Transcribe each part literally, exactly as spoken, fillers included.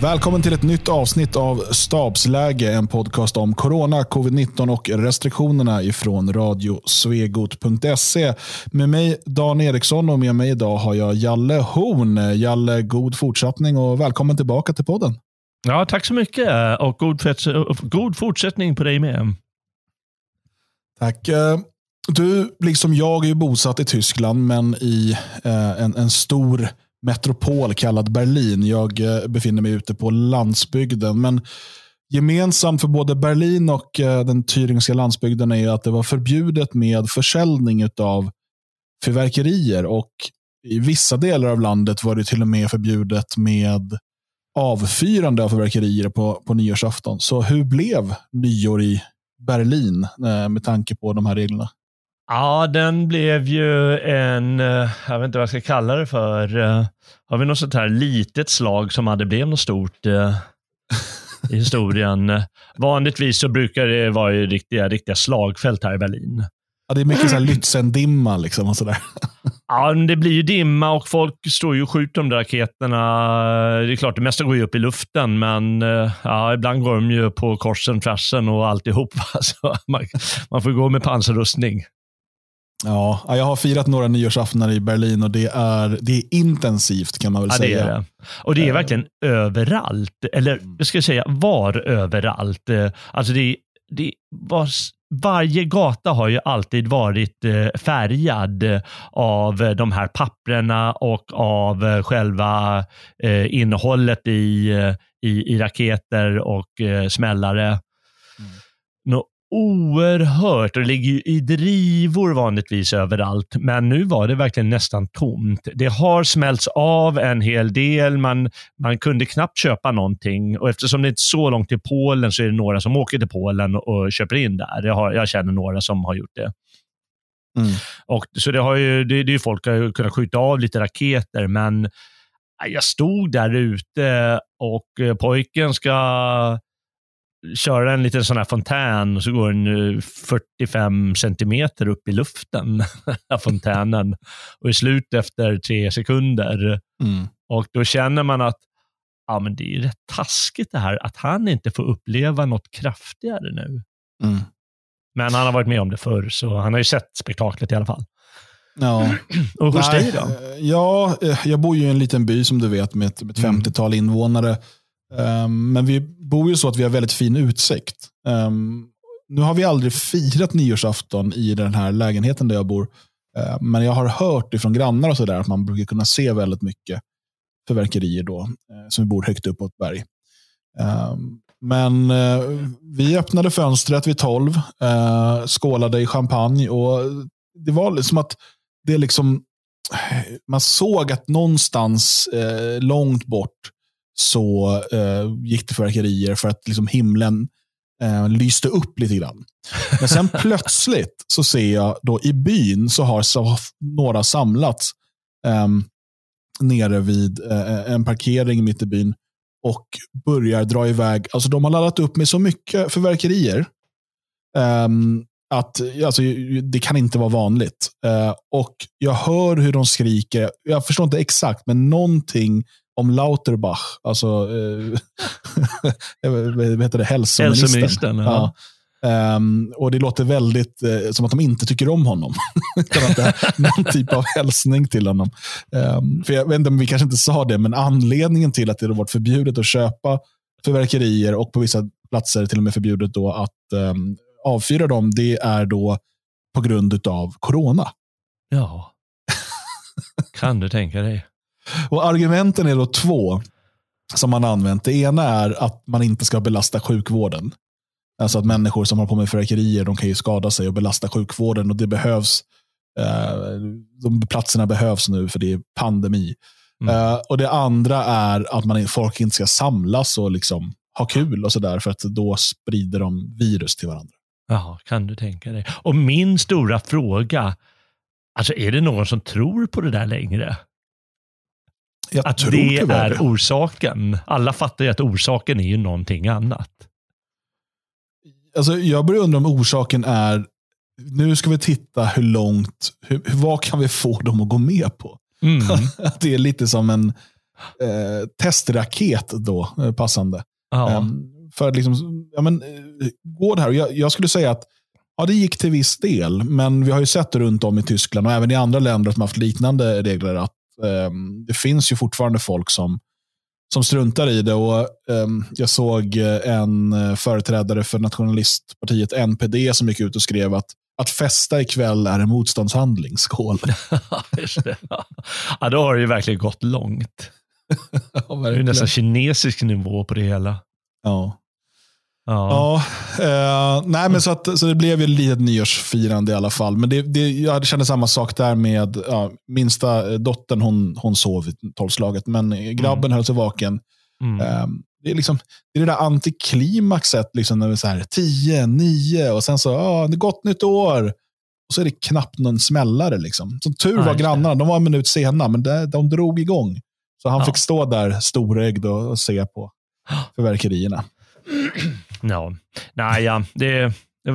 Välkommen till ett nytt avsnitt av Stabsläge, en podcast om corona, covid nitton och restriktionerna ifrån radio svegot punkt se. Med mig Dan Eriksson och med mig idag har jag Jalle Horn. Jalle, god fortsättning och välkommen tillbaka till podden. Ja, tack så mycket och god, god fortsättning på dig med. Tack. Du, liksom jag, är ju bosatt i Tyskland men i en, en stor metropol kallad Berlin. Jag befinner mig ute på landsbygden, men gemensamt för både Berlin och den tyringska landsbygden är att det var förbjudet med försäljning av fyrverkerier, och i vissa delar av landet var det till och med förbjudet med avfyrande av fyrverkerier på, på nyårsafton. Så hur blev nyår i Berlin med tanke på de här reglerna? Ja, den blev ju en, jag vet inte vad jag ska kalla det för. Har vi något sånt här litet slag som hade blivit något stort i historien? Vanligtvis så brukar det vara ju riktiga, riktiga slagfält här i Berlin. Ja, det är mycket så här Lützendimma liksom och sådär. Ja, det blir ju dimma och folk står ju och skjuter de där raketerna. Det är klart, det mesta går ju upp i luften, men ja, ibland går de ju på korsen, tvärsen och alltihop. Så man, man får gå med pansarrustning. Ja, jag har firat några nyårsaftnar i Berlin och det är, det är intensivt, kan man väl ja, säga. Det är det. Och det är verkligen överallt. Eller jag ska säga var överallt. Alltså det, det var, varje gata har ju alltid varit färgad av de här papperna och av själva innehållet i, i, i raketer och smällare. Mm. Nå, oerhört, och det ligger ju i drivor vanligtvis överallt, men nu var det verkligen nästan tomt. Det har smälts av en hel del, man, man kunde knappt köpa någonting, och eftersom det inte är så långt till Polen så är det några som åker till Polen och köper in där. Jag, har, jag känner några som har gjort det. Mm. Och så det har ju, det, det är ju folk har kunnat skjuta av lite raketer, men jag stod där ute och pojken ska köra en liten sån här fontän och så går den fyrtiofem centimeter upp i luften av fontänen och är slut efter tre sekunder. Mm. Och då känner man att ja, men det är rätt taskigt det här att han inte får uppleva något kraftigare nu. Mm. Men han har varit med om det förr, så han har ju sett spektaklet i alla fall. Ja. Och hos dig då? Ja, jag bor ju i en liten by som du vet med ett, ett femtiotal invånare. Um, men vi bor ju så att vi har väldigt fin utsikt. Um, nu har vi aldrig firat nyårsafton i den här lägenheten där jag bor. Uh, men jag har hört ifrån grannar och sådär att man brukar kunna se väldigt mycket fyrverkerier då. Uh, som vi bor högt upp på ett berg. Um, men uh, vi öppnade fönstret vid tolv. Uh, skålade i champagne. Och det var liksom att det liksom, man såg att någonstans uh, långt bort så eh, gick det fyrverkerier för att liksom himlen eh, lyste upp lite grann. Men sen plötsligt så ser jag då i byn så har så några samlats eh, nere vid eh, en parkering mitt i byn och börjar dra iväg. Alltså de har laddat upp med så mycket fyrverkerier eh, att alltså, det kan inte vara vanligt. Eh, och jag hör hur de skriker, jag förstår inte exakt, men någonting om Lauterbach, alltså eh, vad heter det, hälsoministern. Hälsoministern, ja. Ja. Um, och det låter väldigt eh, som att de inte tycker om honom. Att det är någon typ av hälsning till honom. Um, för jag vet inte om vi kanske inte sa det, men anledningen till att det har varit förbjudet att köpa fyrverkerier och på vissa platser till och med förbjudet då att um, avfyra dem, det är då på grund av corona. Ja. Kan du tänka dig? Och argumenten är då två som man använt. Det ena är att man inte ska belasta sjukvården. Alltså att människor som har på med fyrverkerier, de kan ju skada sig och belasta sjukvården, och det behövs, eh, de platserna behövs nu för det är pandemi. Mm. Eh, och det andra är att man, folk inte ska samlas och liksom ha kul och sådär, för att då sprider de virus till varandra. Ja, kan du tänka dig. Och min stora fråga, alltså är det någon som tror på det där längre? Jag att tror det är det. orsaken. Alla fattar ju att orsaken är ju någonting annat. Alltså, jag börjar undra om orsaken är, nu ska vi titta hur långt, hur, vad kan vi få dem att gå med på? Mm. Det är lite som en, eh, testraket då, eh, passande. Ja. Um, för att liksom, ja men, eh, går det här. Jag, jag skulle säga att ja, det gick till viss del, men vi har ju sett det runt om i Tyskland och även i andra länder som har haft liknande regler att um, det finns ju fortfarande folk som som struntar i det. Och um, jag såg en företrädare för nationalistpartiet N P D som gick ut och skrev att att festa ikväll är en motståndshandling. Skål. Just det. Ja, då har det ju verkligen gått långt. Ja, det är nästan kinesisk nivå på det hela. Ja. Ja, ja eh, nej men så, att, så det blev ju ett litet nyårsfirande i alla fall. Men det, det, jag kände samma sak där med ja, minsta dottern, hon, hon sov i tolvslaget, men grabben mm. höll sig vaken. Mm. Eh, det är liksom det, är det där antiklimaxet liksom, när vi så här tio, nio och sen så, ja, det är gott nytt år. Och så är det knappt någon smällare liksom. Så tur var ja, grannarna, de var en minut sena, men det, de drog igång. Så han ja. fick stå där storögd och, och se på förverkerierna. Ja, nej, ja, det,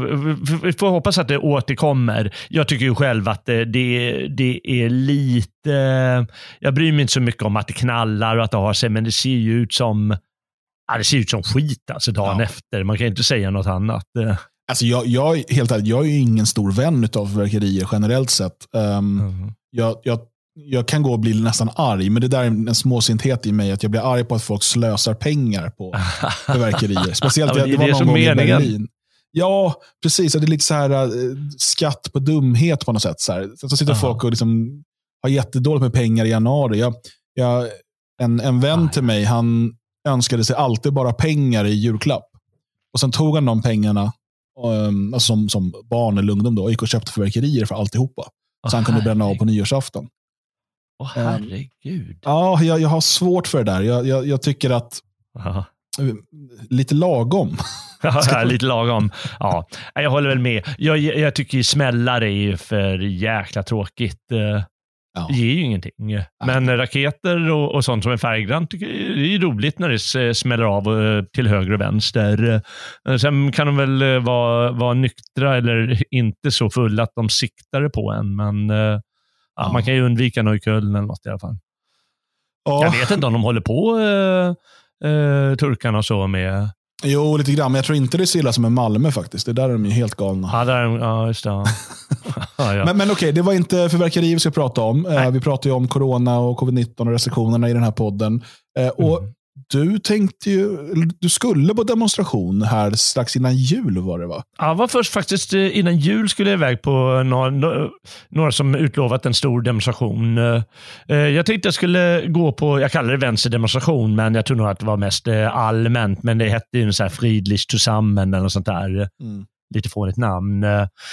vi får hoppas att det återkommer. Jag tycker ju själv att det, det, det är lite, jag bryr mig inte så mycket om att det knallar och att det har sig, men det ser ju ut som ja, det ser ut som skit alltså dagen ja. efter. Man kan inte säga något annat. Alltså jag, jag, helt ärligt, jag är ju ingen stor vän av förverkerier generellt sett. Um, mm. jag, jag Jag kan gå och bli nästan arg, men det där är en småsinthet i mig att jag blir arg på att folk slösar pengar på förverkerier. Speciellt ja, det, det var någon gång meningen. i Berlin. Ja, precis. Det är lite så här uh, skatt på dumhet på något sätt. Så, här. Så sitter Aha. folk och liksom har jättedåligt med pengar i januari. Jag, jag, en, en vän Aj. till mig, han önskade sig alltid bara pengar i julklapp. Och sen tog han de pengarna um, alltså som, som barn eller ungdom då, och gick och köpte förverkerier för alltihopa. Så oh, han kunde bränna av på nyårsafton. Åh oh, herregud. Ja, jag, jag har svårt för det där. Jag, jag, jag tycker att Aha. lite lagom. Ja, lite lagom. Ja, jag håller väl med. Jag, jag tycker ju smällare är ju för jäkla tråkigt. Ja. Det ger ju ingenting. Nej. Men raketer och, och sånt som är färggrant tycker jag det är roligt när det smäller av till höger och vänster. Sen kan de väl vara, vara nyktra eller inte så fulla att de siktar på en, men ja, ja. man kan ju undvika Neukölln eller något i alla fall. Ja. Jag vet inte om de håller på äh, äh, turkarna och så med. Jo, lite grann, men jag tror inte det är så illa som i Malmö faktiskt. Det där är de ju helt galna. Ja, där, ja just det. Ja. Ja, ja. Men, men okej, det var inte förverkerier vi ska prata om. Uh, vi pratar ju om corona och covid nitton och restriktionerna i den här podden. Uh, och mm. du tänkte ju, du skulle på demonstration här strax innan jul var det va? Ja, var först faktiskt innan jul skulle jag iväg på några, några som utlovat en stor demonstration. Jag tänkte jag skulle gå på, jag kallar det vänsterdemonstration, men jag tror nog att det var mest allmänt, men det hette ju en så här Friedlich zusammen eller något sånt där. Mm. Lite fånigt namn.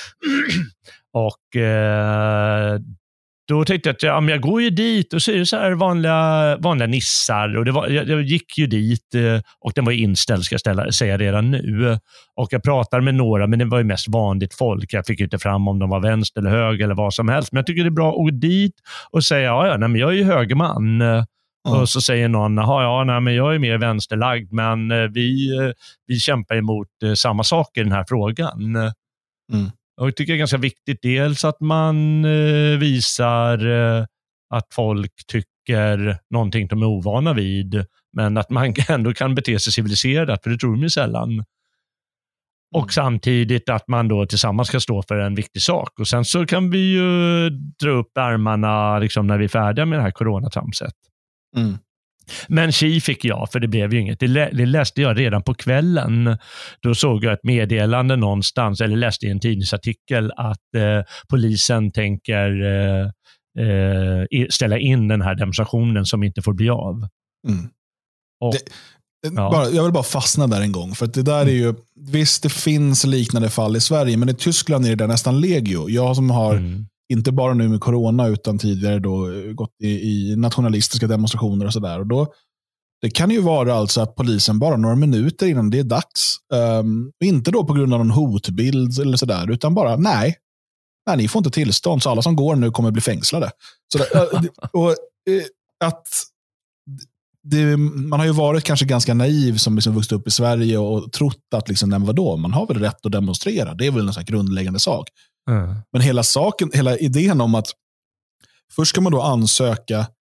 Och då tänkte jag att ja, men jag går ju dit och så är det så här vanliga, vanliga nissar. Och det var, jag, jag gick ju dit och den var inställd ska jag ställa, säga redan nu. Och jag pratade med några, men det var ju mest vanligt folk. Jag fick inte fram om de var vänster eller höger eller vad som helst. Men jag tycker det är bra att gå dit och säga ja, ja nej, men jag är ju högerman. Mm. Och så säger någon, ja, nej, men jag är mer vänsterlagd, men vi, vi kämpar emot samma sak i den här frågan. Mm. Och jag tycker det är ganska viktigt dels att man eh, visar eh, att folk tycker någonting de är ovana vid, men att man ändå kan bete sig civiliserat, för det tror de ju sällan. Mm. Och samtidigt att man då tillsammans ska stå för en viktig sak. Och sen så kan vi ju dra upp ärmarna liksom, när vi är färdiga med det här coronatramset. Mm. Men tji fick jag, för det blev ju inget. Det, lä- det läste jag redan på kvällen. Då såg jag ett meddelande någonstans, eller läste i en tidningsartikel att eh, polisen tänker eh, eh, ställa in den här demonstrationen som inte får bli av. Mm. Och, det, ja. bara, jag vill bara fastna där en gång, för att det där är ju, visst det finns liknande fall i Sverige, men i Tyskland är det där nästan legio. Jag som har mm. inte bara nu med corona utan tidigare då gått i, i nationalistiska demonstrationer och sådär. Och då, det kan ju vara alltså att polisen bara några minuter innan det är dags, um, inte då på grund av någon hotbild eller sådär, utan bara nej, nej, ni får inte tillstånd, så alla som går nu kommer bli fängslade. Så det, och att det, man har ju varit kanske ganska naiv som liksom vuxit upp i Sverige och trott att liksom, nej, vadå, man har väl rätt att demonstrera, det är väl en sån här grundläggande sak. Mm. Men hela saken, hela idén om att först ska man då ansöka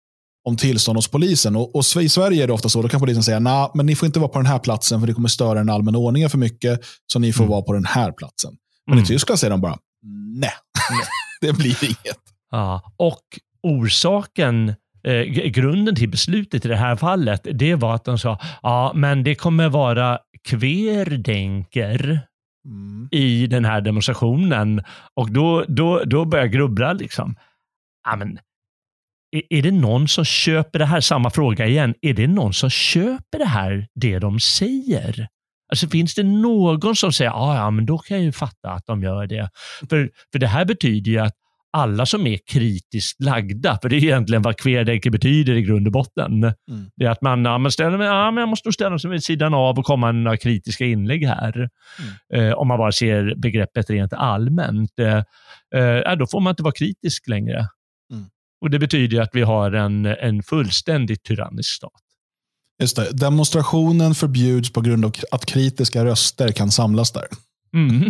om tillstånd hos polisen. Och, och i Sverige är det ofta så, då kan polisen säga, nej, men ni får inte vara på den här platsen för det kommer störa den allmänna ordningen för mycket, så ni får mm. vara på den här platsen. Men mm. i Tyskland säger de bara, nej, det blir inget. Ja, och orsaken, eh, grunden till beslutet i det här fallet, det var att de sa, ja, men det kommer vara kverdenker mm. i den här demonstrationen. Och då, då, då börjar jag grubbla liksom. Ja, men är, är det någon som köper det här? Samma fråga igen. Är det någon som köper det här, det de säger? Alltså finns det någon som säger, ah, ja, men då kan jag ju fatta att de gör det. För, för det här betyder ju att alla som är kritiskt lagda, för det är egentligen vad kverdenker betyder i grund och botten. Mm. Det är att man, ja, man ställer mig, ja, men jag måste ställa mig vid sidan av och komma med några kritiska inlägg här. Mm. Eh, om man bara ser begreppet rent allmänt. Eh, eh, då får man inte vara kritisk längre. Mm. Och det betyder att vi har en, en fullständigt tyrannisk stat. Just det. Demonstrationen förbjuds på grund av att kritiska röster kan samlas där. Mm.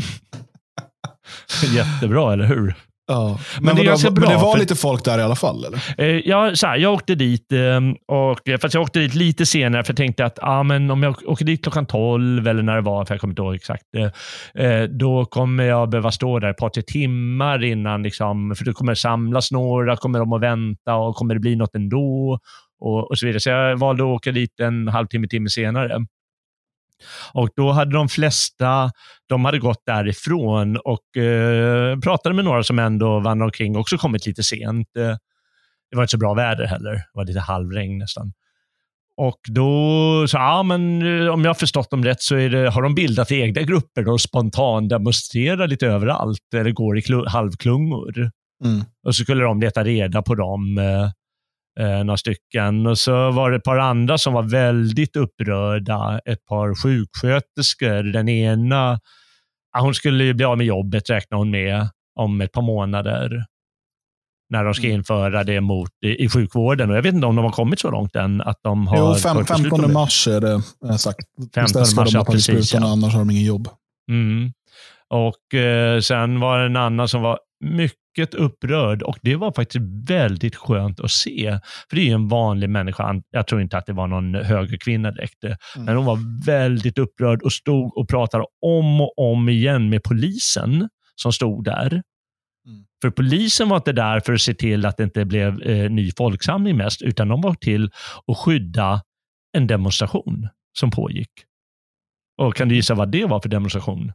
Jättebra, eller hur? Ja. Men, men, det, är ganska bra, men det var för, lite folk där i alla fall, eller? Eh, ja, så här, jag åkte dit, eh, och, fast jag åkte dit lite senare för jag tänkte att ah, men om jag åker dit klockan tolv eller när det var, för jag kommer inte ihåg exakt, eh, då kommer jag behöva stå där ett par till timmar innan, liksom, för det kommer samlas några, kommer de att vänta och kommer det bli något ändå och, och så vidare. Så jag valde att åka dit en halvtimme, timme senare. Och då hade de flesta, de hade gått därifrån och eh, pratade med några som ändå vandrade omkring, också kommit lite sent. Eh, det var inte så bra väder heller, det var lite halvregn nästan. Och då så, ja men om jag har förstått dem rätt så är det, har de bildat egna grupper och spontant demonstrerar lite överallt, eller går i kl- halvklungor. Mm. Och så skulle de leta reda på dem, eh, Eh, några stycken, och så var det ett par andra som var väldigt upprörda, ett par sjuksköterskor. Den ena, ja, hon skulle ju bli av med jobbet, räknar hon med, om ett par månader när de ska införa det mot i, i sjukvården, och jag vet inte om de har kommit så långt än att de har... Jo, fem, femtonde mars är det sagt. femtonde mars, ja, precis, ja. Annars har de ingen jobb. Mm. Och eh, sen var det en annan som var mycket upprörd, och det var faktiskt väldigt skönt att se, för det är ju en vanlig människa, jag tror inte att det var någon högerkvinna direkt, mm. men hon var väldigt upprörd och stod och pratade om och om igen med polisen som stod där. Mm. För polisen var inte där för att se till att det inte blev eh, ny folksamling mest, utan de var till att skydda en demonstration som pågick. Och kan du gissa vad det var för demonstration?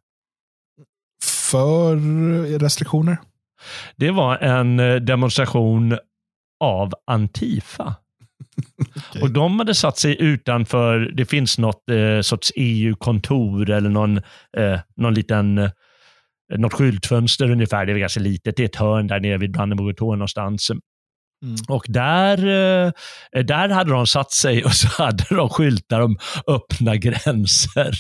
För restriktioner? Det var en demonstration av Antifa. Okay. Och de hade satt sig utanför, det finns något eh, sorts E U-kontor eller någon, eh, någon liten, eh, något skyltfönster ungefär, det är ganska litet, det är ett hörn där nere vid Brandenburger-torg någonstans. Mm. Och där, eh, där hade de satt sig och så hade de skyltar om öppna gränser.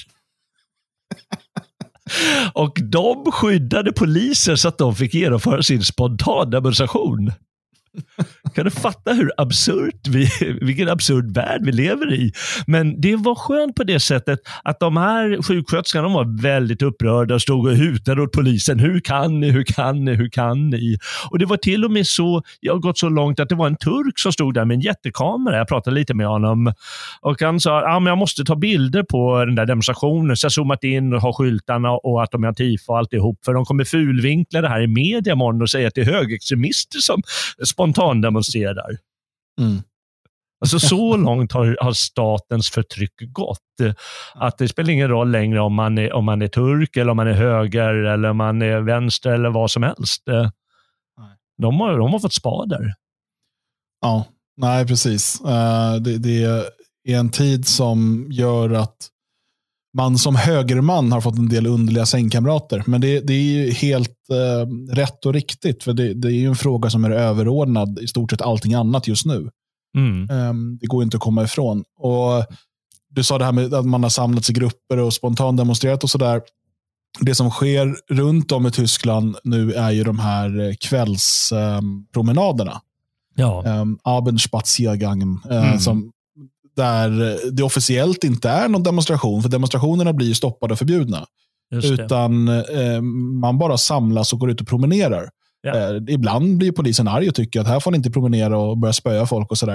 Och de skyddade poliser så att de fick genomföra sin spontan demonstration. Kan du fatta hur absurt vi, vilken absurd värld vi lever i? Men det var skönt på det sättet att de här sjuksköterskorna, de var väldigt upprörda och stod och hutade åt polisen. Hur kan ni, hur kan ni, hur kan ni? Och det var till och med så, jag har gått så långt att det var en turk som stod där med en jättekamera. Jag pratade lite med honom och han sa, ja, men jag måste ta bilder på den där demonstrationen. Så jag zoomat in och har skyltarna och att de är Antifa och alltihop, för de kommer fulvinkla det här i media imorgon och säga att det är högerextremister som spontan demonstrerar. Mm. Alltså så långt har, har statens förtryck gått att det spelar ingen roll längre om man är, om man är turk eller om man är höger eller om man är vänster eller vad som helst. De har, de har fått spader. Ja, nej precis. Uh, det, det är en tid som gör att man som högerman har fått en del underliga sängkamrater. Men det, det är ju helt uh, rätt och riktigt, för det, det är ju en fråga som är överordnad i stort sett allting annat just nu. Mm. Um, det går inte att komma ifrån. Och du sa det här med att man har samlats i grupper och spontant demonstrerat och sådär. Det som sker runt om i Tyskland nu är ju de här kvällspromenaderna. Um, ja. Um, Abendspaziergangen. Uh, mm. Som, där det officiellt inte är någon demonstration, för demonstrationerna blir ju stoppade och förbjudna. Utan uh, man bara samlas och går ut och promenerar. Ja. Eh, ibland blir polisen arg och tycker att här får ni inte promenera och börja spöa folk och sådär.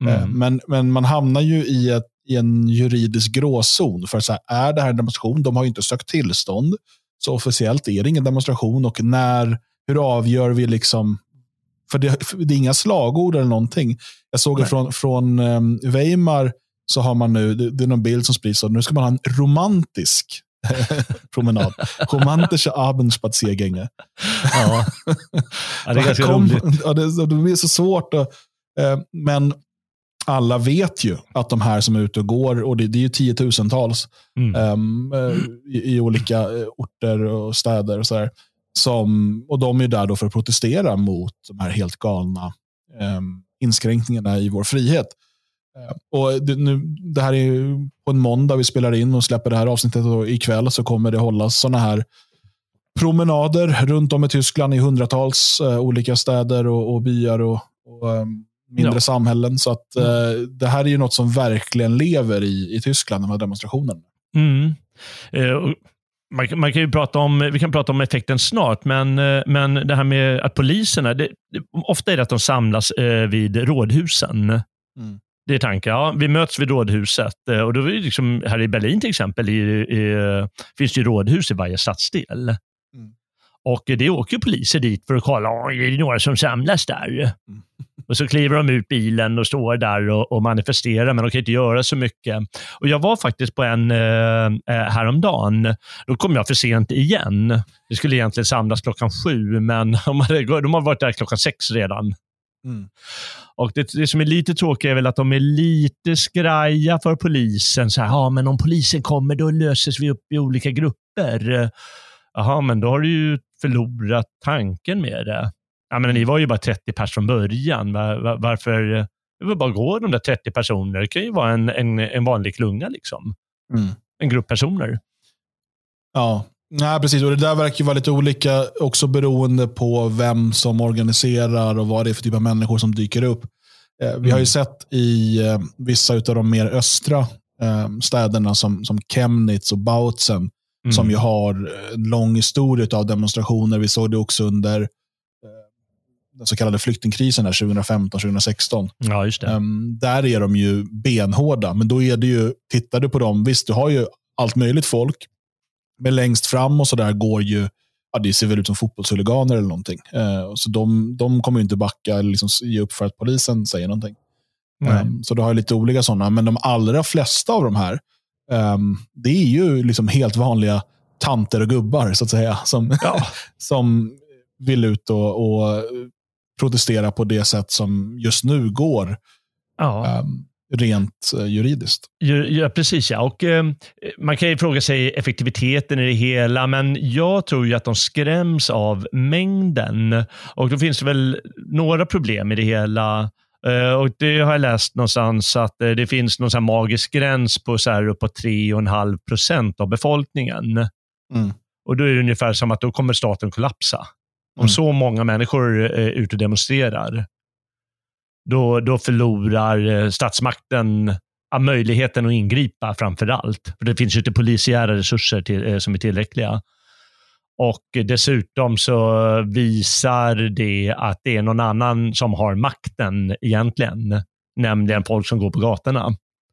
Mm. Men, men man hamnar ju i, ett, i en juridisk gråzon. För så här, är det här en demonstration? De har ju inte sökt tillstånd. Så officiellt är det ingen demonstration. Och när, hur avgör vi liksom... För det, för det är inga slagord eller någonting. Jag såg det från, från um, Weimar, så har man nu, det, det är någon bild som sprids, och nu ska man ha en romantisk promenad. Romantische Abendspaziergänge. Ja. Ja, det är ganska kom, roligt. ja, det, det blir så svårt. Och, eh, men alla vet ju att de här som är ute och går, och det, det är ju tiotusentals mm. um, i, i olika orter och städer och så där, som, och de är där då för att protestera mot de här helt galna um, inskränkningarna i vår frihet. Uh, och det, nu, det här är ju på en måndag vi spelar in och släpper det här avsnittet, och ikväll så kommer det hållas såna här promenader runt om i Tyskland i hundratals uh, olika städer och, och byar och, och um, mindre ja. samhällen. Så att uh, det här är ju något som verkligen lever i, i Tyskland, de här demonstrationerna. Mm. Uh, man, man kan ju prata om, vi kan prata om effekten snart, men, men det här med att poliserna, det, det, ofta är det att de samlas uh, vid rådhusen. Mm. Det är tanken. Ja, vi möts vid rådhuset. Och då är det liksom, här i Berlin till exempel i, i, finns det ju rådhus i varje stadsdel. Mm. Och det åker poliser dit för att kolla, är det några som samlas där? Mm. Och så kliver de ut bilen och står där och, och manifesterar, men de kan inte göra så mycket. Och jag var faktiskt på en eh, häromdagen. Då kom jag för sent igen. Det skulle egentligen samlas klockan sju, men de, hade, de har varit där klockan sex redan. Mm. Och det, det som är lite tråkigt är väl att de är lite skraja för polisen. Så här, ja, men om polisen kommer då löses vi upp i olika grupper. Jaha, men då har du ju förlorat tanken med det. Ja, men ni var ju bara trettio personer från början. Var, var, varför? Det var bara gå de där trettio personer. Det kan ju vara en, en, en vanlig klunga liksom. Mm. En grupp personer. Ja. Nej, precis. Och det där verkar ju vara lite olika också beroende på vem som organiserar och vad det är för typ av människor som dyker upp. Eh, vi mm. har ju sett i eh, vissa av de mer östra eh, städerna som, som Chemnitz och Bautzen mm. som ju har en lång historia av demonstrationer. Vi såg det också under eh, den så kallade flyktingkrisen här tjugohundrafemton tjugohundrasexton. Ja, just det. Eh, där är de ju benhårda, men då är det ju, tittar du på dem, visst du har ju allt möjligt folk. Men längst fram och så där går ju, ja, det ser väl ut som fotbollshuliganer eller någonting. Eh, så de, de kommer ju inte backa eller liksom ge upp för att polisen säger någonting. Eh, så det har ju lite olika sådana. Men de allra flesta av de här, eh, det är ju liksom helt vanliga tanter och gubbar så att säga. Som, ja. som vill ut och, och protestera på det sätt som just nu går. Ja. Eh, rent uh, juridiskt. Ja, ja, precis. Ja. Och, eh, man kan ju fråga sig effektiviteten i det hela, men jag tror ju att de skräms av mängden. Och då finns det väl några problem i det hela. Eh, och det har jag läst någonstans att eh, det finns någon sån här magisk gräns på så här uppåt tre komma fem procent av befolkningen. Mm. Och då är det ungefär som att då kommer staten kollapsa. Om mm. så många människor är ute och demonstrerar. Då, då förlorar statsmakten möjligheten att ingripa framför allt. För det finns ju inte polisiära resurser till, som är tillräckliga. Och dessutom så visar det att det är någon annan som har makten egentligen. Nämligen folk som går på gatorna.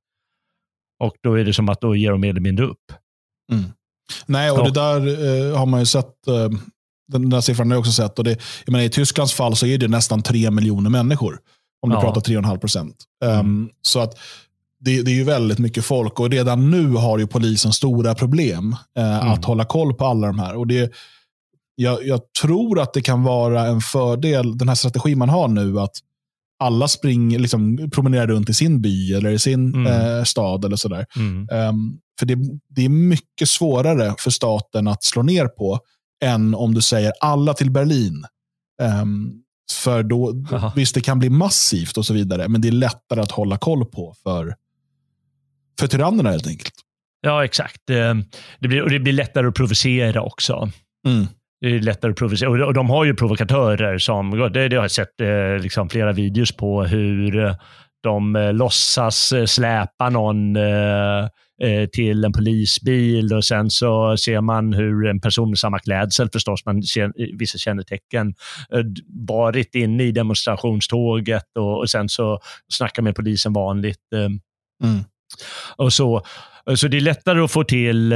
Och då är det som att då ger de mer eller mindre upp. Mm. Nej, och, och det där eh, har man ju sett... Eh, den där siffran har jag också sett. Och det, jag menar, i Tysklands fall så är det nästan tre miljoner människor. Om du ja. pratar tre komma fem procent. Mm. Um, så att det, det är ju väldigt mycket folk. Och redan nu har ju polisen stora problem uh, mm. att hålla koll på alla de här. Och det, jag, jag tror att det kan vara en fördel, den här strategin man har nu, att alla springer, liksom, promenerar runt i sin by eller i sin mm. uh, stad eller sådär. Mm. Um, för det, det är mycket svårare för staten att slå ner på än om du säger alla till Berlin. Um, För då, då visst, det kan bli massivt och så vidare, men det är lättare att hålla koll på för, för tyrannerna helt enkelt. Ja, exakt. Det blir, och det blir lättare att provocera också. Mm. Det är lättare att provocera. Och de har ju provokatörer som, det, det har jag sett liksom, flera videos på hur de låtsas släpa någon eh, till en polisbil och sen så ser man hur en person med samma klädsel, förstås man ser vissa kännetecken, eh, varit inne i demonstrationståget och, och sen så snackar med polisen vanligt. Eh, mm. Och så, så det är lättare att få till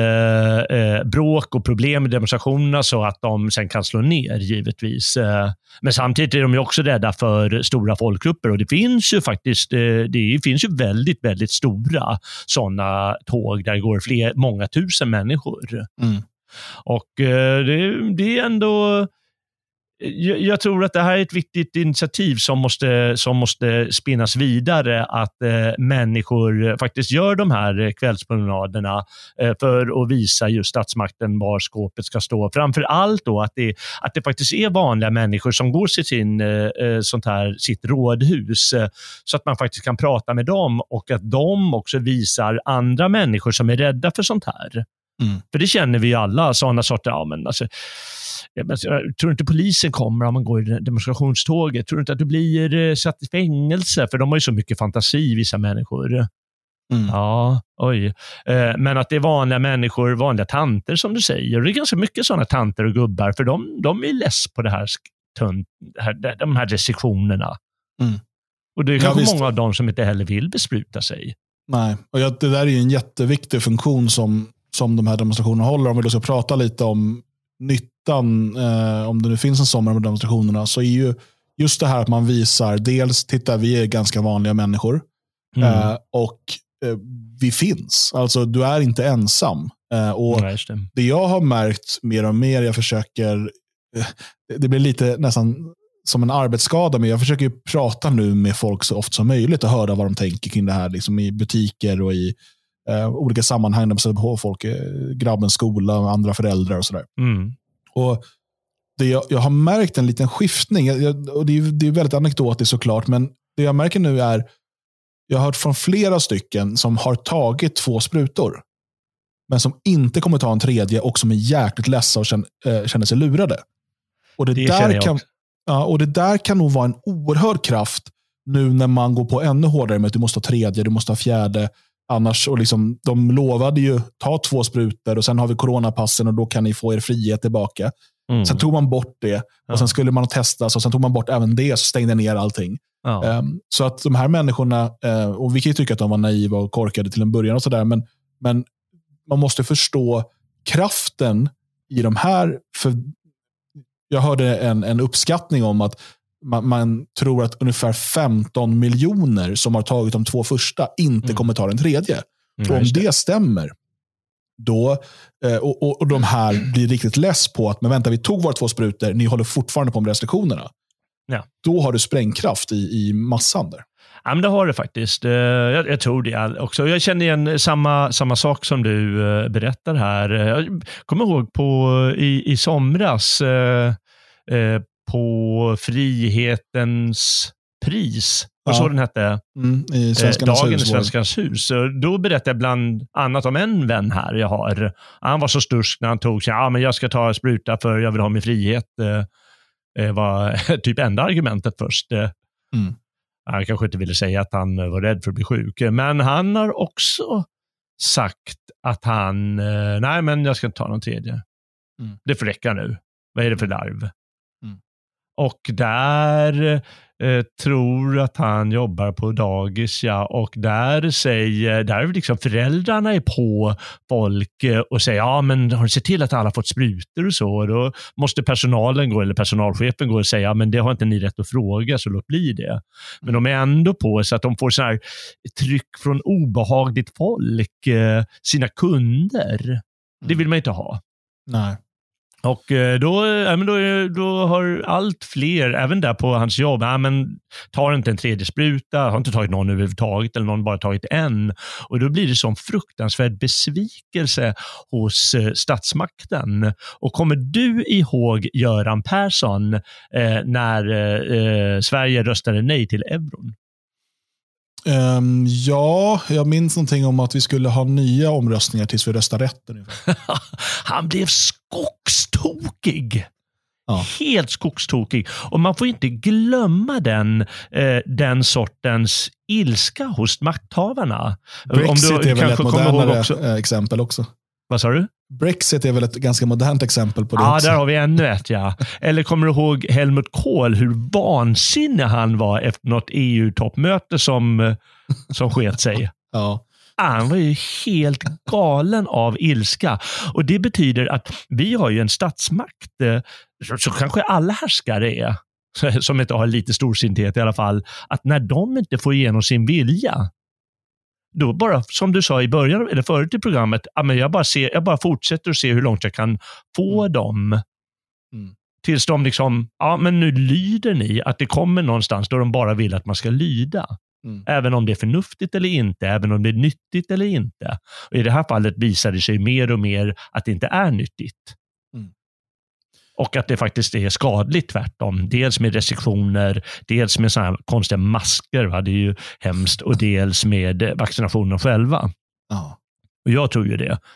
eh, bråk och problem i demonstrationerna så att de sen kan slå ner, givetvis. Eh, men samtidigt är de ju också rädda för stora folkgrupper och det finns ju faktiskt eh, det finns ju väldigt, väldigt stora sådana tåg där det går fler, många tusen människor. Mm. Och eh, det, det är ändå... Jag, jag tror att det här är ett viktigt initiativ som måste, som måste spinnas vidare, att eh, människor faktiskt gör de här kvällspromenaderna eh, för att visa just statsmakten var skåpet ska stå. Framför allt då att det, att det faktiskt är vanliga människor som går till sin, eh, sånt här, sitt rådhus eh, så att man faktiskt kan prata med dem och att de också visar andra människor som är rädda för sånt här. Mm. För det känner vi ju alla, sådana sorter, ja men alltså jag tror inte polisen kommer om man går i demonstrationståget. Tror inte att du blir eh, satt i fängelse, för de har ju så mycket fantasi, vissa människor. Mm. Ja, oj. Eh, men att det är vanliga människor, vanliga tanter som du säger. Och det är ganska mycket sådana tanter och gubbar, för de, de är less på det här, tunt, här de här restriktionerna. Mm. Och det är ja, kanske visst. många av dem som inte heller vill bespruta sig. Nej, och jag, det där är ju en jätteviktig funktion som, som de här demonstrationerna håller. Om vi då ska prata lite om nyttan, eh, om det nu finns en sommar med demonstrationerna, så är ju just det här att man visar, dels, titta, vi är ganska vanliga människor Mm. eh, och eh, vi finns. Alltså du är inte ensam. Eh, och Ja, just det. det jag har märkt mer och mer, jag försöker, eh, det blir lite nästan som en arbetsskada, men jag försöker ju prata nu med folk så ofta som möjligt och höra vad de tänker kring det här, liksom i butiker och i Uh, olika sammanhang där man sätter på folk, uh, grabbens skola och andra föräldrar och sådär. Mm. Och det jag, jag har märkt en liten skiftning, jag, jag, och det är, det är väldigt anekdotiskt såklart, men det jag märker nu är, jag har hört från flera stycken som har tagit två sprutor, men som inte kommer ta en tredje och som är jäkligt ledsa och känner, uh, känner sig lurade. Och det, Det där kan, ja, och det där kan nog vara en oerhörd kraft nu när man går på ännu hårdare med att du måste ha tredje, du måste ha fjärde. Annars, och liksom, de lovade ju ta två sprutor och sen har vi coronapassen och då kan ni få er frihet tillbaka. Mm. Sen tog man bort det och ja. Sen skulle man testas och sen tog man bort även det, så stängde ner allting. Ja. Um, så att de här människorna, uh, och vi kan ju tycka att de var naiva och korkade till en början och sådär, men, men man måste förstå kraften i de här. För jag hörde en, en uppskattning om att Man, man tror att ungefär femton miljoner som har tagit de två första inte mm. kommer ta den tredje. Mm, och om det. det stämmer, då, eh, och, och, och de här blir riktigt less på att, men vänta, vi tog våra två sprutor, ni håller fortfarande på med restriktionerna. Ja. Då har du sprängkraft i, i massan där. Ja, men det har det faktiskt. Jag, jag tror det också. Jag känner igen samma, samma sak som du berättar här. Jag kommer ihåg på i, i somras eh, eh, på Frihetens pris. Vad ja. så den hette? Mm, i Svenskarnas Dagen hus, i Svenskarnas hus. Då berättade jag bland annat om en vän här jag har. Han var så stursk när han tog sig. Ja, men jag ska ta spruta för jag vill ha min frihet. Det var typ enda argumentet först. Mm. Han kanske inte ville säga att han var rädd för att bli sjuk. Men han har också sagt att han, nej men jag ska inte ta någon tredje. Mm. Det får räcka nu. Vad är det för larv? Mm. Och där eh, tror att han jobbar på dagis, ja, och där säger, där liksom föräldrarna är på folk eh, och säger, ja men har du sett till att alla fått sprutor och så? Och då måste personalen gå, eller personalchefen gå och säga, ja men det har inte ni rätt att fråga, så låt bli det. Men de är ändå på så att de får så här tryck från obehagligt folk, eh, sina kunder. Det vill man inte ha. Nej. Och då, ja, men då, då har allt fler, även där på hans jobb, ja, men tar inte en tredje spruta, har inte tagit någon överhuvudtaget eller någon bara tagit en. Och då blir det sån fruktansvärd besvikelse hos eh, statsmakten. Och kommer du ihåg Göran Persson eh, när eh, Sverige röstade nej till euron? Um, ja, jag minns någonting om att vi skulle ha nya omröstningar tills vi röstar rätt. Han blev skogstokig. Ja. Helt skogstokig. Och man får inte glömma den, eh, den sortens ilska hos makthavarna. Brexit Om du, är väl ett modernare också. exempel också. Vad sa du? Brexit är väl ett ganska modernt exempel på det Ja, också. där har vi ännu ett, ja. Eller kommer du ihåg Helmut Kohl, hur vansinnig han var efter något E U-toppmöte som, som sket sig? Ja. Han var ju helt galen av ilska. Och det betyder att vi har ju en statsmakt, så kanske alla härskare är, som inte har lite storsinthet i alla fall, att när de inte får igenom sin vilja, då bara, som du sa i början eller förut i programmet, jag bara, ser, jag bara fortsätter att se hur långt jag kan få mm. dem. Mm. Tills de liksom, ja men nu lyder ni, att det kommer någonstans då de bara vill att man ska lyda. Mm. Även om det är förnuftigt eller inte, även om det är nyttigt eller inte. Och i det här fallet visar det sig mer och mer att det inte är nyttigt. Mm. Och att det faktiskt är skadligt tvärtom. Dels med restriktioner, dels med sådana här konstiga masker, va? Det är ju hemskt, och dels med vaccinationen själva. Ja. Och jag tror ju det.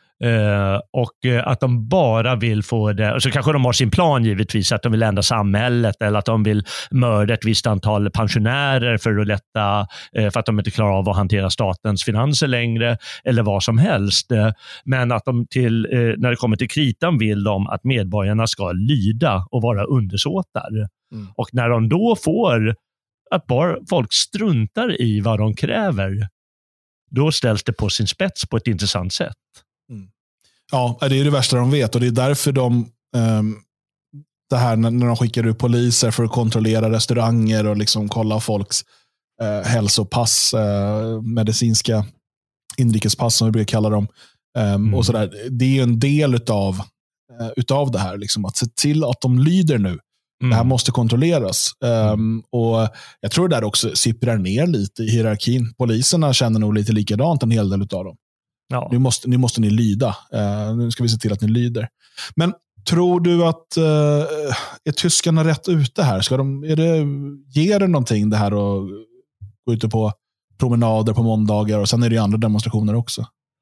Uh, och uh, att de bara vill få det, och så kanske de har sin plan givetvis, att de vill ändra samhället eller att de vill mörda ett visst antal pensionärer för att lätta, uh, för att de inte klarar av att hantera statens finanser längre eller vad som helst. Uh, men att de till, uh, när det kommer till kritan vill de att medborgarna ska lyda och vara undersåtar. Mm. Och när de då får att bara folk struntar i vad de kräver, då ställs det på sin spets på ett intressant sätt. Mm. Ja, det är det värsta de vet, och det är därför de um, det här när, när de skickar ut poliser för att kontrollera restauranger och liksom kolla folks uh, hälsopass, uh, medicinska inrikespass som vi brukar kalla dem, um, mm. och sådär. Det är ju en del utav, uh, utav det här, liksom, att se till att de lyder nu. Mm. Det här måste kontrolleras. Um, och jag tror det där också sipprar ner lite i hierarkin. Poliserna känner nog lite likadant, en hel del utav dem. Ja. Nu, måste, nu måste ni lyda. Uh, nu ska vi se till att ni lyder. Men tror du att uh, är tyskarna rätt ute här? Ska de, är det, ger det någonting det här att gå ute på promenader på måndagar, och sen är det ju andra demonstrationer också?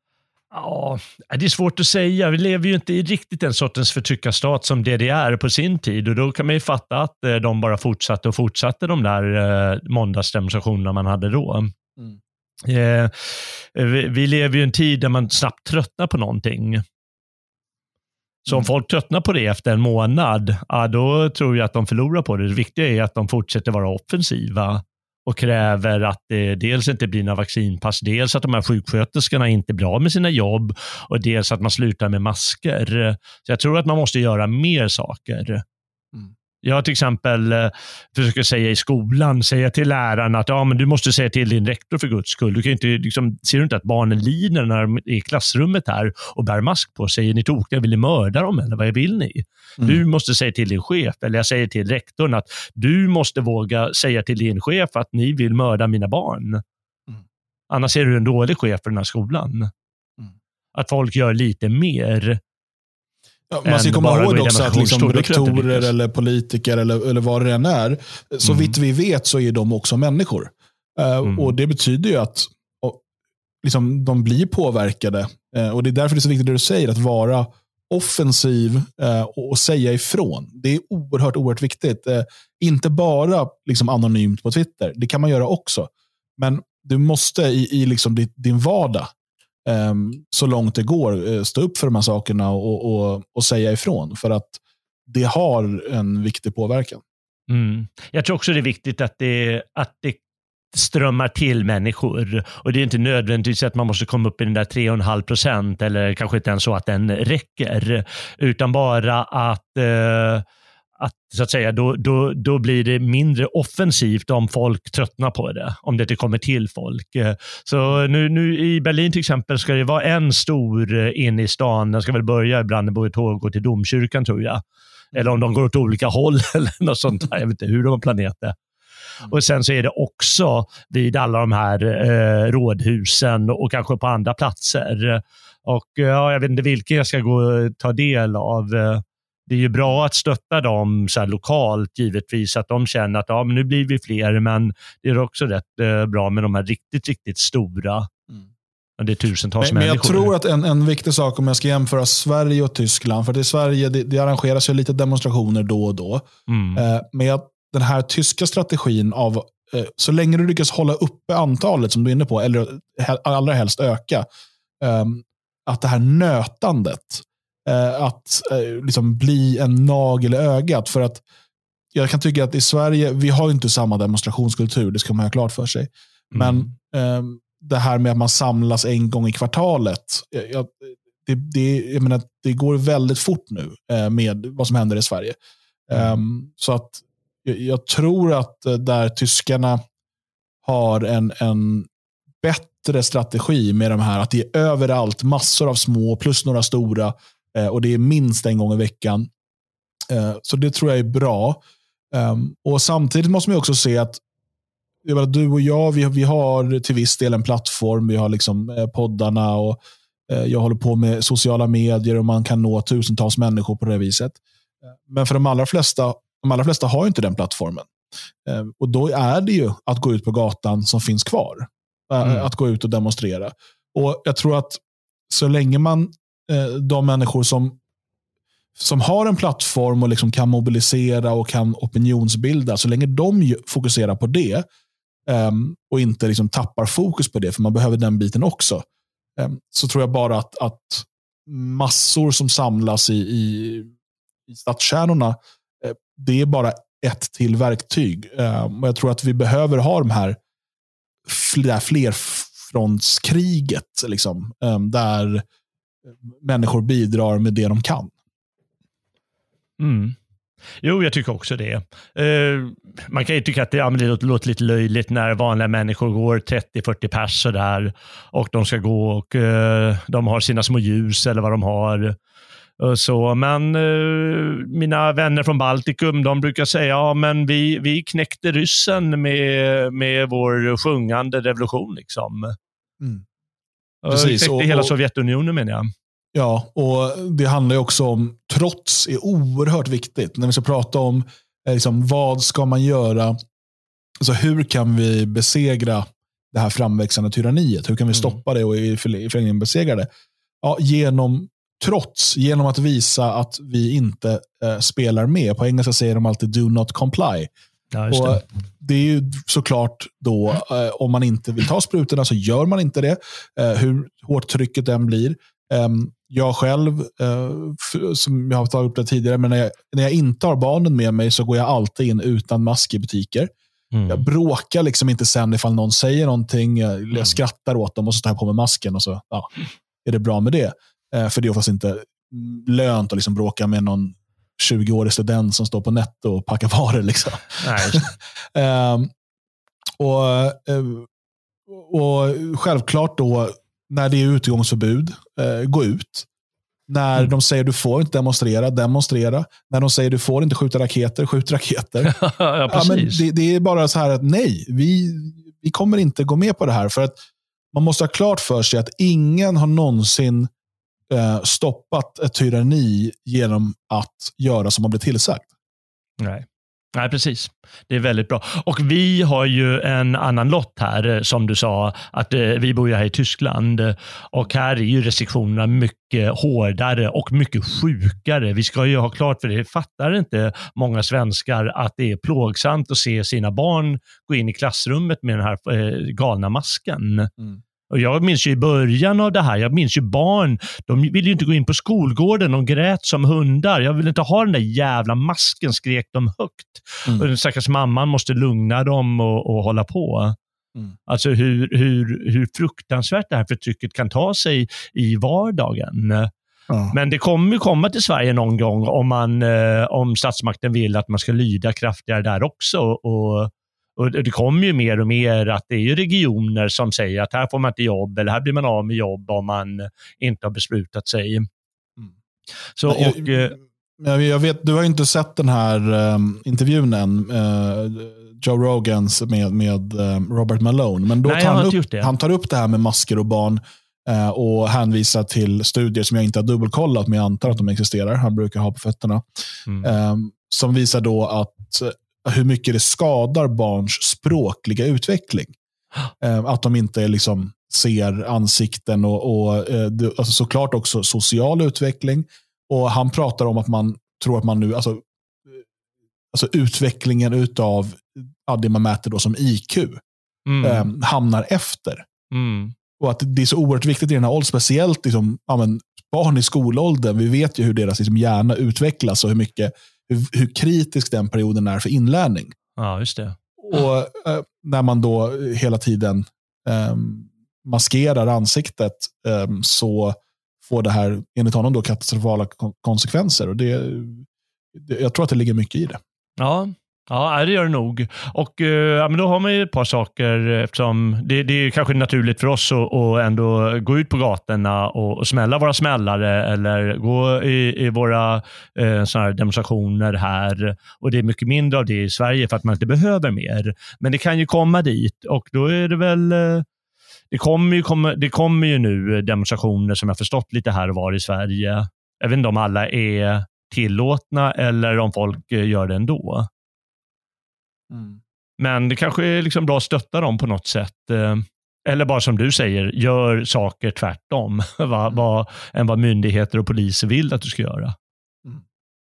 Ja, det är svårt att säga. Vi lever ju inte i riktigt en sortens förtryckarstat som D D R på sin tid, och då kan man ju fatta att de bara fortsatte och fortsatte de där uh, måndagsdemonstrationerna man hade då. Mm. Eh, vi, vi lever ju i en tid där man snabbt tröttnar på någonting. Så om folk tröttnar på det efter en månad, ja, då tror jag att de förlorar på det. Det viktiga är att de fortsätter vara offensiva och kräver att det dels inte blir några vaccinpass, dels att de här sjuksköterskorna inte blir av med sina jobb, och dels att man slutar med masker. Så jag tror att man måste göra mer saker. Mm. Jag till exempel eh, försöker säga i skolan, säga till lärarna att ja, men du måste säga till din rektor för Guds skull. Du kan inte, liksom, ser du inte att barnen lider när de är i klassrummet här och bär mask på sig? Är ni tokiga, vill ni mörda dem eller vad vill ni? Mm. Du måste säga till din chef, eller jag säger till rektorn att du måste våga säga till din chef att ni vill mörda mina barn. Mm. Annars är du en dålig chef för den här skolan. Mm. Att folk gör lite mer. Ja, man ska komma ihåg också att liksom rektorer eller politiker eller, eller vad det än är, så mm. vitt vi vet så är de också människor. Uh, mm. Och det betyder ju att och, liksom, de blir påverkade. Uh, och det är därför det är så viktigt det du säger, att vara offensiv uh, och, och säga ifrån. Det är oerhört, oerhört viktigt. Uh, inte bara liksom, anonymt på Twitter. Det kan man göra också. Men du måste i, i liksom, din, din vardag, Um, så långt det går, uh, stå upp för de här sakerna och, och, och säga ifrån, för att det har en viktig påverkan. Mm. Jag tror också det är viktigt att det, att det strömmar till människor, och det är inte nödvändigtvis att man måste komma upp i den där tre komma fem procent, eller kanske inte ens så att den räcker, utan bara att uh, att så att säga, då, då, då blir det mindre offensivt om folk tröttnar på det, om det inte kommer till folk. Så nu, nu i Berlin till exempel ska det vara en stor in i stan, den ska väl börja i Brandenburg tåg och gå till domkyrkan tror jag. Eller om de går åt olika håll eller något sånt där, jag vet inte hur de har planerat det. Och sen så är det också vid alla de här eh, rådhusen och kanske på andra platser. Och ja, jag vet inte vilken jag ska gå och ta del av. Det är ju bra att stötta dem så här lokalt givetvis, att de känner att ja, men nu blir vi fler, men det är också rätt eh, bra med de här riktigt, riktigt stora. Mm. Det är tusentals men, människor. Men jag tror att en, en viktig sak om jag ska jämföra Sverige och Tyskland, för det i Sverige det, det arrangeras ju lite demonstrationer då och då. Mm. Eh, men att den här tyska strategin av eh, så länge du lyckas hålla uppe antalet som du är inne på, eller allra helst öka, eh, att det här nötandet, eh, att eh, liksom bli en nagel i ögat, för att jag kan tycka att i Sverige, vi har ju inte samma demonstrationskultur, det ska man ha klart för sig. Men mm. eh, det här med att man samlas en gång i kvartalet, jag, det, det, jag menar, det går väldigt fort nu eh, med vad som händer i Sverige. Mm. Um, så att jag, jag tror att där tyskarna har en, en bättre strategi med de här, att det är överallt massor av små plus några stora eh, och det är minst en gång i veckan. Eh, så det tror jag är bra. Um, och samtidigt måste man också se att jag menar, du och jag, vi, vi har till viss del en plattform, vi har liksom eh, poddarna och eh, jag håller på med sociala medier och man kan nå tusentals människor på det viset. Men för de allra flesta, de allra flesta har ju inte den plattformen. Eh, och då är det ju att gå ut på gatan som finns kvar. Eh, mm. Att gå ut och demonstrera. Och jag tror att så länge man, eh, de människor som som har en plattform och liksom kan mobilisera och kan opinionsbilda, så länge de fokuserar på det um, och inte liksom tappar fokus på det, för man behöver den biten också, um, så tror jag bara att, att massor som samlas i, i, i stadskärnorna, uh, det är bara ett till verktyg. Um, och jag tror att vi behöver ha de här fler, flerfrontskriget liksom, um, där människor bidrar med det de kan. Mm. Jo, jag tycker också det. Uh, man kan ju tycka att det, ja, men det låter, låter lite löjligt när vanliga människor går trettio till fyrtio pers och där, och de ska gå och uh, de har sina små ljus eller vad de har. Uh, så, men uh, mina vänner från Baltikum, de brukar säga ja, men vi, vi knäckte ryssen med, med vår sjungande revolution. Liksom. Mm. Precis. Uh, knäckte och, hela Sovjetunionen, menar jag. Ja, och det handlar ju också om, trots är oerhört viktigt. När vi ska prata om liksom, vad ska man göra, alltså hur kan vi besegra det här framväxande tyranniet? Hur kan vi stoppa det och i förlängningen besegra det? Ja, genom trots, genom att visa att vi inte eh, spelar med. På engelska säger de alltid do not comply. Ja, just det. Och det är ju såklart då, eh, om man inte vill ta sprutorna så gör man inte det. Eh, hur hårt trycket den blir. Um, jag själv, uh, f- som jag har tagit upp det tidigare, men när jag, när jag inte har barnen med mig så går jag alltid in utan mask i butiker. Mm. Jag bråkar liksom inte sen ifall någon säger någonting. Jag, mm. jag skrattar åt dem och så tar jag på mig masken och så ja, är det bra med det. Uh, för det är oftast inte lönt att liksom bråka med någon tjugo-årig student som står på Netto och packar varor. Liksom. Nej, um, och, uh, och självklart då, när det är utgångsförbud, eh, gå ut. När mm. de säger du får inte demonstrera, demonstrera. När de säger du får inte skjuta raketer, skjut raketer. Ja, precis. Ja, men det, det är bara så här att nej, vi, vi kommer inte gå med på det här. För att man måste ha klart för sig att ingen har någonsin eh, stoppat ett tyranni genom att göra som man blir tillsagt. Nej. Nej, precis. Det är väldigt bra. Och vi har ju en annan lott här, som du sa, att eh, vi bor ju här i Tyskland och här är ju restriktionerna mycket hårdare och mycket sjukare. Vi ska ju ha klart för det, fattar inte många svenskar att det är plågsamt att se sina barn gå in i klassrummet med den här eh, galna masken. Mm. Och jag minns ju i början av det här, jag minns ju barn, de ville ju inte gå in på skolgården, de grät som hundar. Jag vill inte ha den där jävla masken, skrek de högt. Mm. Och den stackars mamman måste lugna dem och, och hålla på. Mm. Alltså hur, hur, hur fruktansvärt det här förtrycket kan ta sig i vardagen. Mm. Men det kommer ju komma till Sverige någon gång om, man, eh, om statsmakten vill att man ska lyda kraftigare där också. Och Och det kommer ju mer och mer att det är ju regioner som säger att här får man inte jobb eller här blir man av med jobb om man inte har beslutat sig. Mm. Så, jag, och, jag, jag vet, du har ju inte sett den här um, intervjun än, uh, Joe Rogans med, med um, Robert Malone. Men då nej, tar han, upp, det. han tar upp det här med masker och barn uh, och hänvisar till studier som jag inte har dubbelkollat, men jag antar att de existerar. Han brukar ha på fötterna. Mm. Um, som visar då att hur mycket det skadar barns språkliga utveckling. Att de inte är liksom ser ansikten och, och eh, det, alltså såklart också social utveckling. Och han pratar om att man tror att man nu, alltså, alltså utvecklingen utav ja, det man mäter då som I Q mm. eh, hamnar efter. Mm. Och att det är så oerhört viktigt i den här åldern, speciellt liksom, ja, men, barn i skolåldern. Vi vet ju hur deras liksom, hjärna utvecklas och hur mycket hur, hur kritisk den perioden är för inlärning. Ja, just det. Och eh, när man då hela tiden eh, maskerar ansiktet eh, så får det här enligt honom då katastrofala konsekvenser. Och det, det, jag tror att det ligger mycket i det. Ja, ja det gör det nog. Och ja, men då har man ju ett par saker eftersom det, det är kanske naturligt för oss att, att ändå gå ut på gatorna och, och smälla våra smällare eller gå i, i våra eh, såna här demonstrationer här. Och det är mycket mindre av det i Sverige för att man inte behöver mer. Men det kan ju komma dit och då är det väl... Det kommer, ju, kommer, det kommer ju nu demonstrationer som jag förstått lite här och var i Sverige. Jag vet inte om alla är tillåtna eller om folk gör det ändå. Mm. Men det kanske är liksom bra att stötta dem på något sätt. Eller bara som du säger, gör saker tvärtom vad, vad, än vad myndigheter och poliser vill att du ska göra. Mm.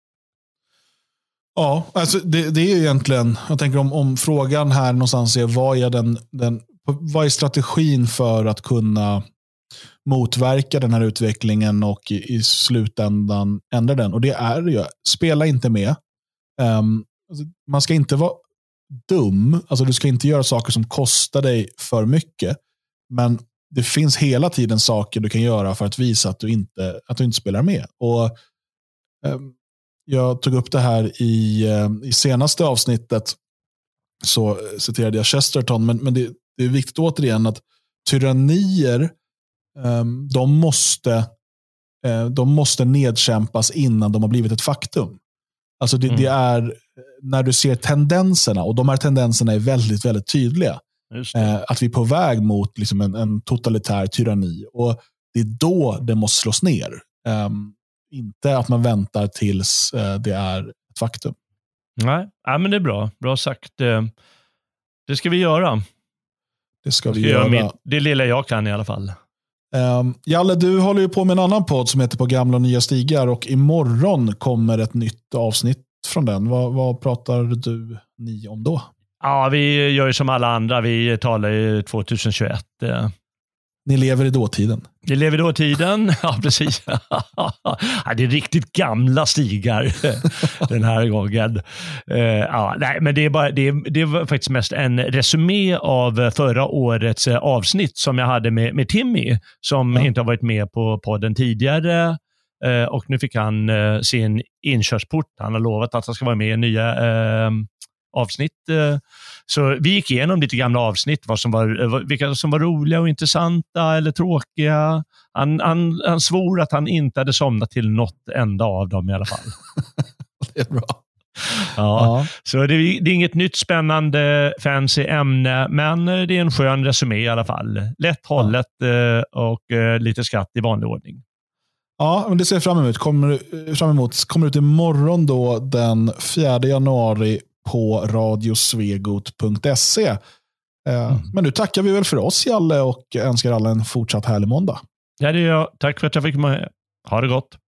Ja, alltså det, det är egentligen, jag tänker om, om frågan här någonstans är vad är den, den vad är strategin för att kunna motverka den här utvecklingen och i, i slutändan ändra den? Och det är ju, spela inte med. Um, alltså, man ska inte vara dum. Alltså du ska inte göra saker som kostar dig för mycket. Men det finns hela tiden saker du kan göra för att visa att du inte, att du inte spelar med. Och um, jag tog upp det här i, um, i senaste avsnittet så citerade jag Chesterton, men, men det Det är viktigt återigen att tyrannier um, de, måste, uh, de måste nedkämpas innan de har blivit ett faktum. Alltså det, mm. det är när du ser tendenserna, och de här tendenserna är väldigt, väldigt tydliga. Uh, att vi är på väg mot liksom en, en totalitär tyranni. Och det är då det måste slås ner. Um, inte att man väntar tills uh, det är ett faktum. Nej, ja, men det är bra. Bra sagt. Det ska vi göra. Det ska vi ska göra. Min, det lilla jag kan i alla fall. Um, Jalle, du håller ju på med en annan podd som heter På gamla och nya stigar. Och imorgon kommer ett nytt avsnitt från den. Vad, vad pratar du ni om då? Ja, vi gör ju som alla andra. Vi talar ju tjugohundratjugoett. Ni lever i dåtiden. Vi lever i dåtiden, ja precis. Ja, det är riktigt gamla stigar den här gången. Uh, ja, nej, men det är, bara, det, är, det var faktiskt mest en resumé av förra årets avsnitt som jag hade med, med Timmy, som ja. inte har varit med på podden tidigare. Uh, och nu fick han uh, sin inkörsport. Han har lovat att han ska vara med i nya uh, avsnitt. Uh, Så vi gick igenom lite gamla avsnitt, vad som var, vilka som var roliga och intressanta eller tråkiga. Han, han, han svor att han inte hade somnat till något enda av dem i alla fall. Det är bra. Ja, ja. Så det, det är inget nytt spännande fancy ämne, men det är en skön resumé i alla fall. Lätt hållet ja. och lite skratt i vanlig ordning. Ja, men det ser jag fram emot. Kommer, fram emot. Kommer ut imorgon då den fjärde januari på radiosvegot punkt se. Mm. Men nu tackar vi väl för oss, Jalle, och önskar alla en fortsatt härlig måndag. Ja, det gör jag. Tack för att jag fick med. Ha det gott.